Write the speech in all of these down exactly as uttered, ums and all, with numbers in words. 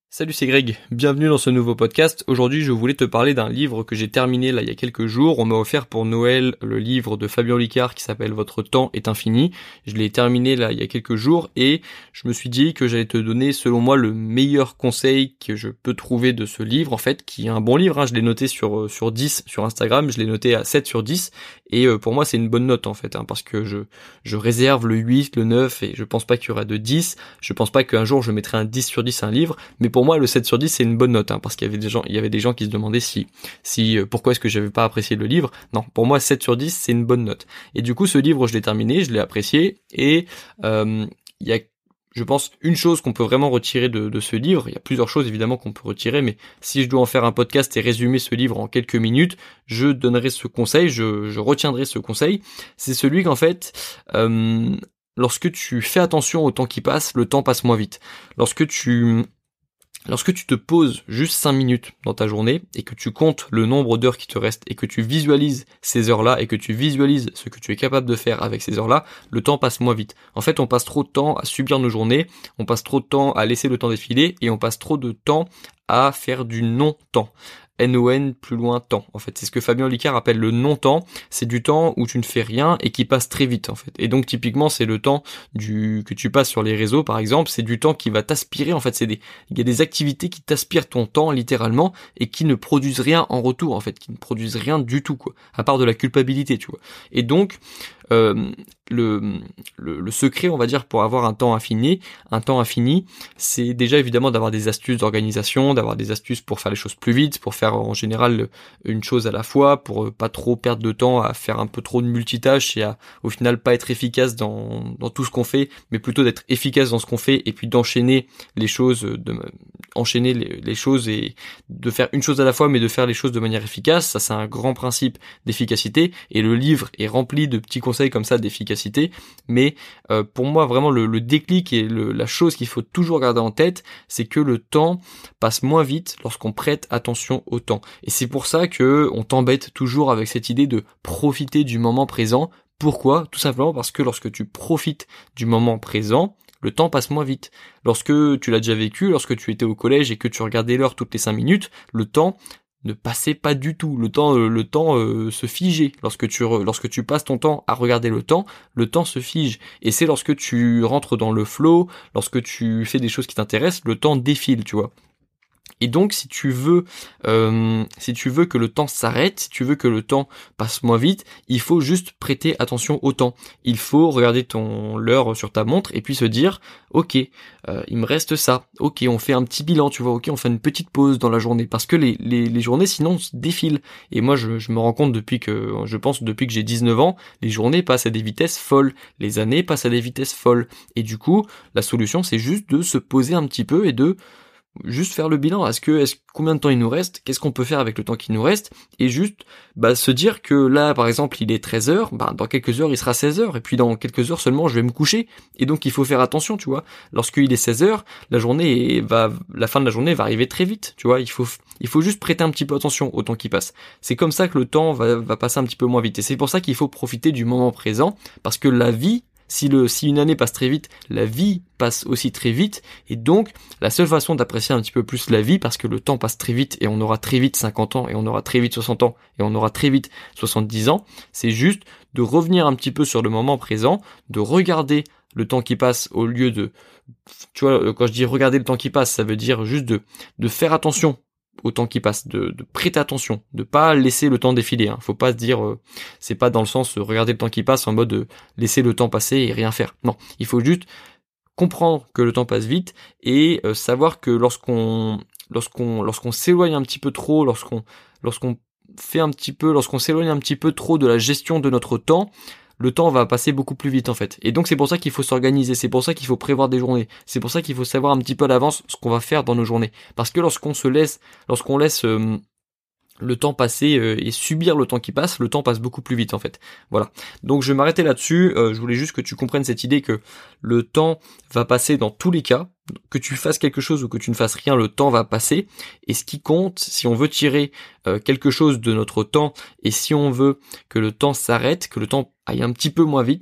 Salut, c'est Greg, bienvenue dans ce nouveau podcast. Aujourd'hui je voulais te parler d'un livre que j'ai terminé là il y a quelques jours. On m'a offert pour Noël le livre de Fabien Olicard qui s'appelle Votre temps est infini. Je l'ai terminé là il y a quelques jours et je me suis dit que j'allais te donner selon moi le meilleur conseil que je peux trouver de ce livre en fait, qui est un bon livre, hein. Je l'ai noté sur sur dix sur Instagram, je l'ai noté à sept sur dix et euh, pour moi c'est une bonne note en fait, hein, parce que je je réserve le huit, le neuf et je pense pas qu'il y aura de dix. Je pense pas qu'un jour je mettrai un dix sur dix à un livre, mais pour Pour moi, le sept sur dix, c'est une bonne note, hein, parce qu'il y avait des gens, il y avait des gens qui se demandaient si, si, euh, pourquoi est-ce que j'avais pas apprécié le livre. Non, pour moi, sept sur dix, c'est une bonne note. Et du coup, ce livre, je l'ai terminé, je l'ai apprécié, et, euh, il y a, je pense, une chose qu'on peut vraiment retirer de, de ce livre. Il y a plusieurs choses, évidemment, qu'on peut retirer, mais si je dois en faire un podcast et résumer ce livre en quelques minutes, je donnerai ce conseil, je, je retiendrai ce conseil. C'est celui qu'en fait, euh, lorsque tu fais attention au temps qui passe, le temps passe moins vite. Lorsque tu, Lorsque tu te poses juste cinq minutes dans ta journée et que tu comptes le nombre d'heures qui te restent et que tu visualises ces heures-là et que tu visualises ce que tu es capable de faire avec ces heures-là, le temps passe moins vite. En fait, on passe trop de temps à subir nos journées, on passe trop de temps à laisser le temps défiler et on passe trop de temps à faire du non-temps. N O N plus loin temps. En fait, c'est ce que Fabien Olicard appelle le non-temps. C'est du temps où tu ne fais rien et qui passe très vite en fait. Et donc typiquement, c'est le temps du que tu passes sur les réseaux par exemple. C'est du temps qui va t'aspirer. En fait, c'est des il y a des activités qui t'aspirent ton temps littéralement et qui ne produisent rien en retour en fait, qui ne produisent rien du tout quoi, à part de la culpabilité, tu vois. Et donc euh, le, le le secret, on va dire, pour avoir un temps infini, un temps infini, c'est déjà évidemment d'avoir des astuces d'organisation, d'avoir des astuces pour faire les choses plus vite, pour faire en général une chose à la fois, pour pas trop perdre de temps à faire un peu trop de multitâches et à au final pas être efficace dans dans tout ce qu'on fait, mais plutôt d'être efficace dans ce qu'on fait et puis d'enchaîner les choses, de enchaîner les, les choses et de faire une chose à la fois, mais de faire les choses de manière efficace. Ça, c'est un grand principe d'efficacité et le livre est rempli de petits conseils comme ça d'efficacité. Mais euh, pour moi, vraiment le, le déclic et le, la chose qu'il faut toujours garder en tête, c'est que le temps passe moins vite lorsqu'on prête attention au temps. Et c'est pour ça que on t'embête toujours avec cette idée de profiter du moment présent. Pourquoi ? Tout simplement parce que lorsque tu profites du moment présent, le temps passe moins vite. Lorsque tu l'as déjà vécu, lorsque tu étais au collège et que tu regardais l'heure toutes les cinq minutes, le temps ne passait pas du tout. Le temps, euh, le temps euh, se figeait. Lorsque tu, re, lorsque tu passes ton temps à regarder le temps, le temps se fige. Et c'est lorsque tu rentres dans le flow, lorsque tu fais des choses qui t'intéressent, le temps défile, tu vois. Et donc, si tu veux, euh, si tu veux que le temps s'arrête, si tu veux que le temps passe moins vite, il faut juste prêter attention au temps. Il faut regarder ton l'heure sur ta montre et puis se dire, ok, euh, il me reste ça. Ok, on fait un petit bilan, tu vois. Ok, on fait une petite pause dans la journée parce que les les, les journées sinon se défilent. Et moi, je, je me rends compte depuis que, je pense depuis que j'ai dix-neuf ans, les journées passent à des vitesses folles, les années passent à des vitesses folles. Et du coup, la solution, c'est juste de se poser un petit peu et de juste faire le bilan. Est-ce que, est-ce combien de temps il nous reste? Qu'est-ce qu'on peut faire avec le temps qui nous reste? Et juste, bah, se dire que là, par exemple, il est treize heures, bah, dans quelques heures, il sera seize heures, et puis dans quelques heures seulement, je vais me coucher. Et donc, il faut faire attention, tu vois. Lorsqu'il est seize heures, la journée va, la fin de la journée va arriver très vite, tu vois. Il faut, il faut juste prêter un petit peu attention au temps qui passe. C'est comme ça que le temps va, va passer un petit peu moins vite. Et c'est pour ça qu'il faut profiter du moment présent, parce que la vie, Si le, si une année passe très vite, la vie passe aussi très vite, et donc, la seule façon d'apprécier un petit peu plus la vie, parce que le temps passe très vite, et on aura très vite cinquante ans, et on aura très vite soixante ans, et on aura très vite soixante-dix ans, c'est juste de revenir un petit peu sur le moment présent, de regarder le temps qui passe au lieu de, tu vois, quand je dis regarder le temps qui passe, ça veut dire juste de, de faire attention au temps qui passe, de, de prêter attention, de pas laisser le temps défiler, hein. Faut pas se dire, euh, c'est pas dans le sens euh, regarder le temps qui passe en mode euh, laisser le temps passer et rien faire. Non, il faut juste comprendre que le temps passe vite et euh, savoir que lorsqu'on, lorsqu'on, lorsqu'on s'éloigne un petit peu trop, lorsqu'on, lorsqu'on fait un petit peu, lorsqu'on s'éloigne un petit peu trop de la gestion de notre temps, le temps va passer beaucoup plus vite en fait. Et donc c'est pour ça qu'il faut s'organiser, c'est pour ça qu'il faut prévoir des journées, c'est pour ça qu'il faut savoir un petit peu à l'avance ce qu'on va faire dans nos journées. Parce que lorsqu'on se laisse, lorsqu'on laisse euh, le temps passer euh, et subir le temps qui passe, le temps passe beaucoup plus vite en fait. Voilà. Donc je vais m'arrêter là-dessus, euh, je voulais juste que tu comprennes cette idée que le temps va passer dans tous les cas, que tu fasses quelque chose ou que tu ne fasses rien, le temps va passer, et ce qui compte, si on veut tirer euh, quelque chose de notre temps, et si on veut que le temps s'arrête, que le temps aille un petit peu moins vite,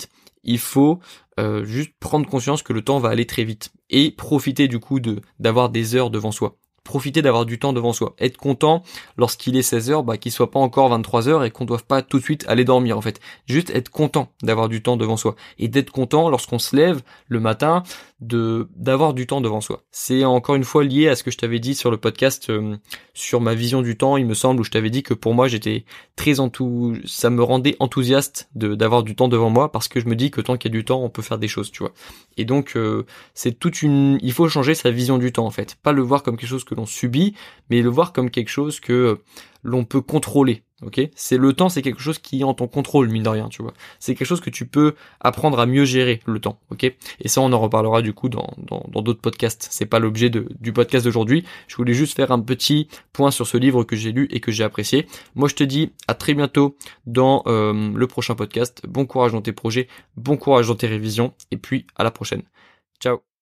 il faut euh, juste prendre conscience que le temps va aller très vite et profiter du coup de d'avoir des heures devant soi. Profiter d'avoir du temps devant soi. Être content lorsqu'il est seize heures, bah, qu'il soit pas encore vingt-trois heures et qu'on doive pas tout de suite aller dormir, en fait. Juste être content d'avoir du temps devant soi. Et d'être content lorsqu'on se lève le matin, de, d'avoir du temps devant soi. C'est encore une fois lié à ce que je t'avais dit sur le podcast, euh, sur ma vision du temps, il me semble, où je t'avais dit que pour moi, j'étais très enthou, ça me rendait enthousiaste de, d'avoir du temps devant moi parce que je me dis que tant qu'il y a du temps, on peut faire des choses, tu vois. Et donc, euh, c'est toute une, il faut changer sa vision du temps, en fait. Pas le voir comme quelque chose que l'on subit, mais le voir comme quelque chose que l'on peut contrôler. Ok, c'est le temps, c'est quelque chose qui est en ton contrôle, mine de rien, tu vois. C'est quelque chose que tu peux apprendre à mieux gérer, le temps, ok. Et ça, on en reparlera du coup dans dans dans d'autres podcasts. C'est pas l'objet de du podcast d'aujourd'hui. Je voulais juste faire un petit point sur ce livre que j'ai lu et que j'ai apprécié. Moi, je te dis à très bientôt dans euh, le prochain podcast. Bon courage dans tes projets, bon courage dans tes révisions, et puis à la prochaine. Ciao.